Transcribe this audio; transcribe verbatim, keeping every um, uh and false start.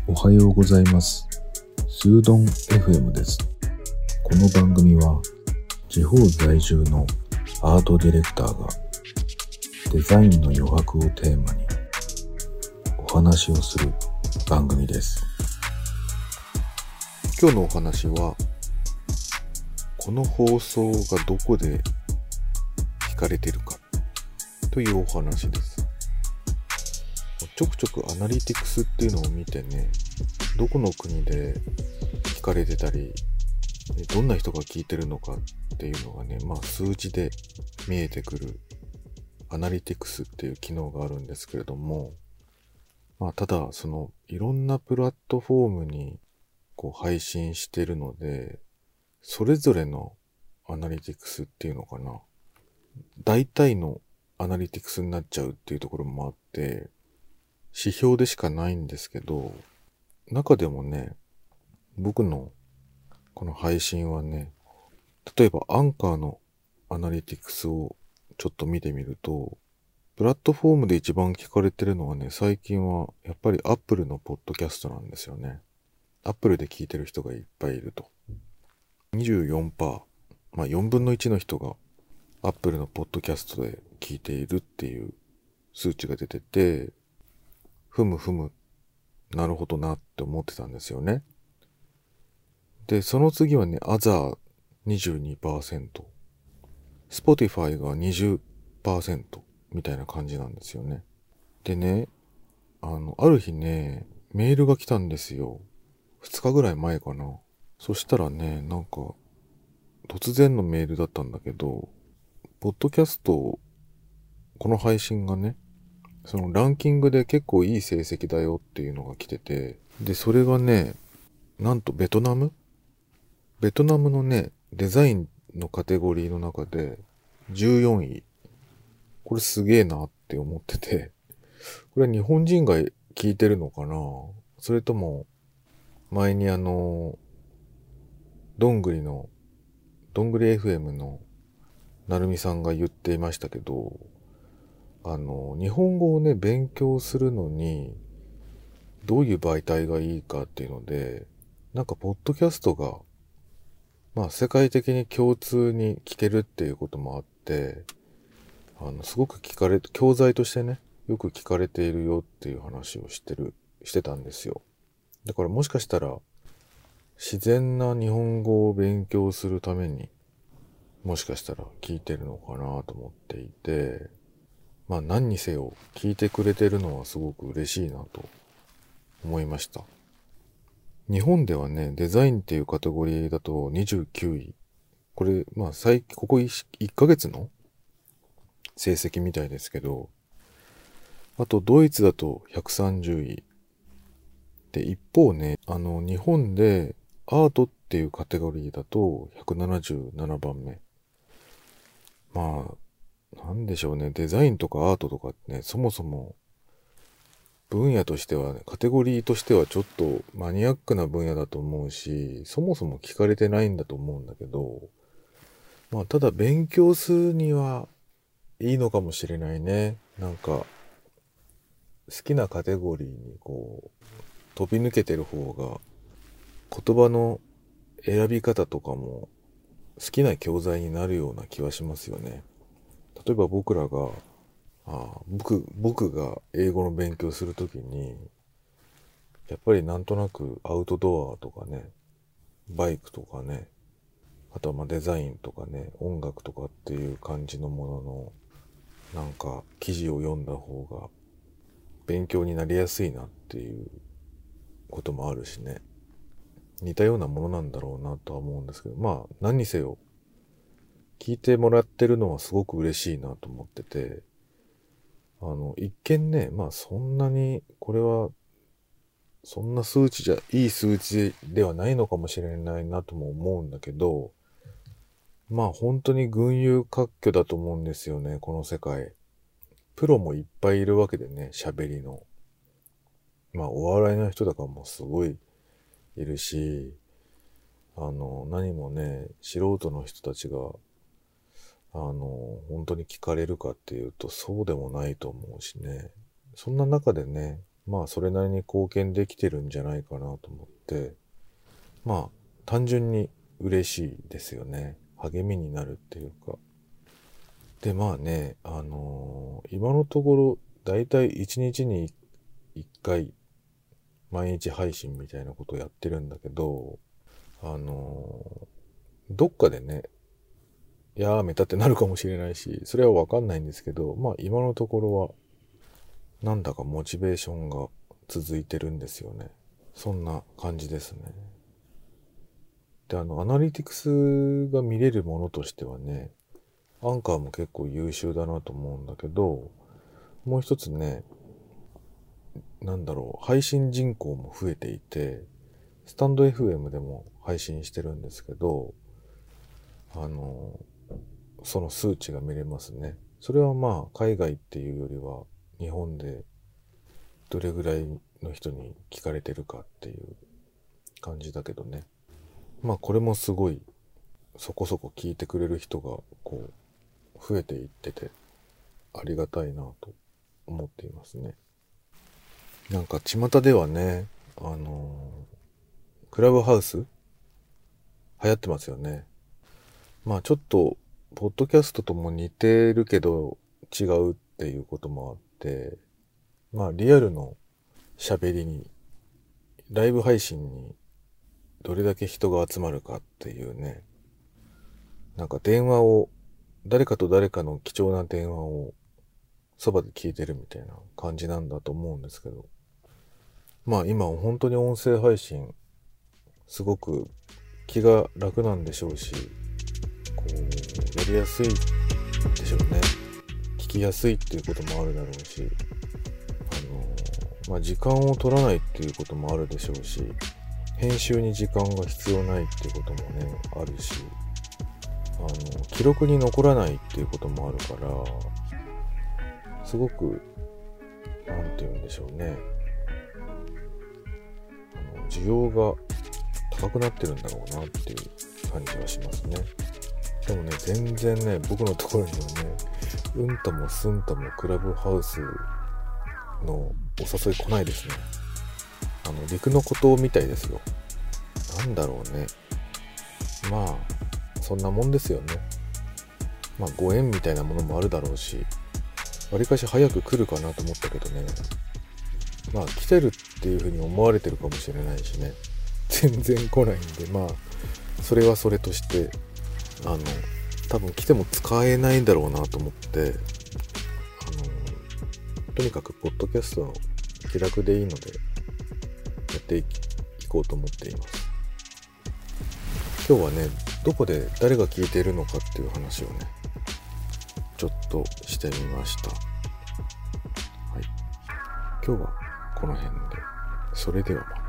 おはようございます。スードン エフエム です。この番組は地方在住のアートディレクターがデザインの余白をテーマにお話をする番組です。今日のお話は、この放送がどこで聞かれてるかというお話です。ちょくちょくアナリティクスっていうのを見てね、どこの国で聞かれてたり、どんな人が聞いてるのかっていうのがね、まあ数字で見えてくるアナリティクスっていう機能があるんですけれども、まあただそのいろんなプラットフォームにこう配信してるので、それぞれのアナリティクスっていうのかな、大体のアナリティクスになっちゃうっていうところもあって、指標でしかないんですけど、中でもね、僕のこの配信はね、例えばアンカーのアナリティクスをちょっと見てみると、プラットフォームで一番聞かれてるのはね、最近はやっぱり Apple のポッドキャストなんですよね。Apple で聞いてる人がいっぱいいると。にじゅうよんパーセント、まあよんぶんのいちの人が Apple のポッドキャストで聞いているっていう数値が出てて、ふむふむ、なるほどなって思ってたんですよね。で、その次はね、Other にじゅうにパーセント、Spotify が にじゅっパーセント みたいな感じなんですよね。でね、あの、ある日ね、メールが来たんですよ。ふつかぐらい前かな。そしたらね、なんか、突然のメールだったんだけど、ポッドキャスト、この配信がね、そのランキングで結構いい成績だよっていうのが来てて、で、それがね、なんとベトナムベトナムのね、デザインのカテゴリーの中でじゅうよんい。これすげえなって思ってて、これは日本人が聞いてるのかな？それとも、前にあの、どんぐりの、どんぐり エフエム のなるみさんが言っていましたけど、あの、日本語をね、勉強するのに、どういう媒体がいいかっていうので、なんか、ポッドキャストが、まあ、世界的に共通に聞けるっていうこともあって、あの、すごく聞かれ、教材としてね、よく聞かれているよっていう話をしてる、してたんですよ。だからもしかしたら、自然な日本語を勉強するために、もしかしたら聞いてるのかなと思っていて、まあ何にせよ聞いてくれてるのはすごく嬉しいなと思いました。日本ではね、デザインっていうカテゴリーだとにじゅうきゅうい。これ、まあ最近、ここいっかげつの成績みたいですけど、あとドイツだとひゃくさんじゅうい。で、一方ね、あの、日本でアートっていうカテゴリーだとひゃくななじゅうななばんめ。まあ、なんでしょうね、デザインとかアートとかってね、そもそも分野としてはね、カテゴリーとしてはちょっとマニアックな分野だと思うし、そもそも聞かれてないんだと思うんだけど、まあ、ただ勉強するにはいいのかもしれないね。なんか、好きなカテゴリーにこう、飛び抜けてる方が、言葉の選び方とかも好きな教材になるような気はしますよね。例えば僕らが、ああ僕、僕が英語の勉強するときに、やっぱりなんとなくアウトドアとかね、バイクとかね、あとはまあデザインとかね、音楽とかっていう感じのものの、なんか記事を読んだ方が勉強になりやすいなっていうこともあるしね。似たようなものなんだろうなとは思うんですけど、まあ何にせよ聞いてもらってるのはすごく嬉しいなと思ってて、あの一見ね、まあそんなにこれはそんな数値じゃいい数値ではないのかもしれないなとも思うんだけど、まあ本当に群雄割拠だと思うんですよね、この世界。プロもいっぱいいるわけでね、喋りの。まあお笑いの人とかもすごいいるし、あの、何もね、素人の人たちが、あの、本当に聞かれるかっていうとそうでもないと思うしね。そんな中でね、 まあそれなりに貢献できてるんじゃないかなと思って、まあ単純に嬉しいですよね。励みになるっていうか。でまあね、あのー、今のところだいたいいちにちにいっかい毎日配信みたいなことをやってるんだけど、あのー、どっかでね、やめたってなるかもしれないし、それはわかんないんですけど、まあ今のところはなんだかモチベーションが続いてるんですよね。そんな感じですね。で、あの、アナリティクスが見れるものとしてはね、アンカーも結構優秀だなと思うんだけど、もう一つね、なんだろう、配信人口も増えていて、スタンド エフエム でも配信してるんですけど、あの、その数値が見れますね。それはまあ、海外っていうよりは、日本でどれぐらいの人に聞かれてるかっていう感じだけどね。まあこれもすごいそこそこ聞いてくれる人がこう増えていっててありがたいなと思っていますね。なんか巷ではね、あのー、クラブハウス流行ってますよね。まあちょっとポッドキャストとも似てるけど違うっていうこともあって、まあリアルの喋りにライブ配信にどれだけ人が集まるかっていうね、なんか電話を誰かと誰かの貴重な電話をそばで聞いてるみたいな感じなんだと思うんですけど、まあ今本当に音声配信すごく気が楽なんでしょうし、こうやりやすいでしょうね。聞きやすいっていうこともあるだろうし、あのまあ時間を取らないっていうこともあるでしょうし、編集に時間が必要ないっていうこともねあるし、あの記録に残らないっていうこともあるから、すごくなんて言うんでしょうね、あの需要が高くなってるんだろうなっていう感じはしますね。でもね、全然ね、僕のところにはね、うんともすんともクラブハウスのお誘い来ないですね。あの陸の孤島みたいですよ。なんだろうね。まあそんなもんですよね。まあご縁みたいなものもあるだろうし、わりかし早く来るかなと思ったけどね。まあ来てるっていう風に思われてるかもしれないしね。全然来ないんで、まあそれはそれとして、あの多分来ても使えないんだろうなと思って、あのとにかくポッドキャストの気楽でいいのでやっていこうと思っています。今日はね、どこで誰が聞いているのかっていう話をね、ちょっとしてみました。はい。今日はこの辺で、それではまた。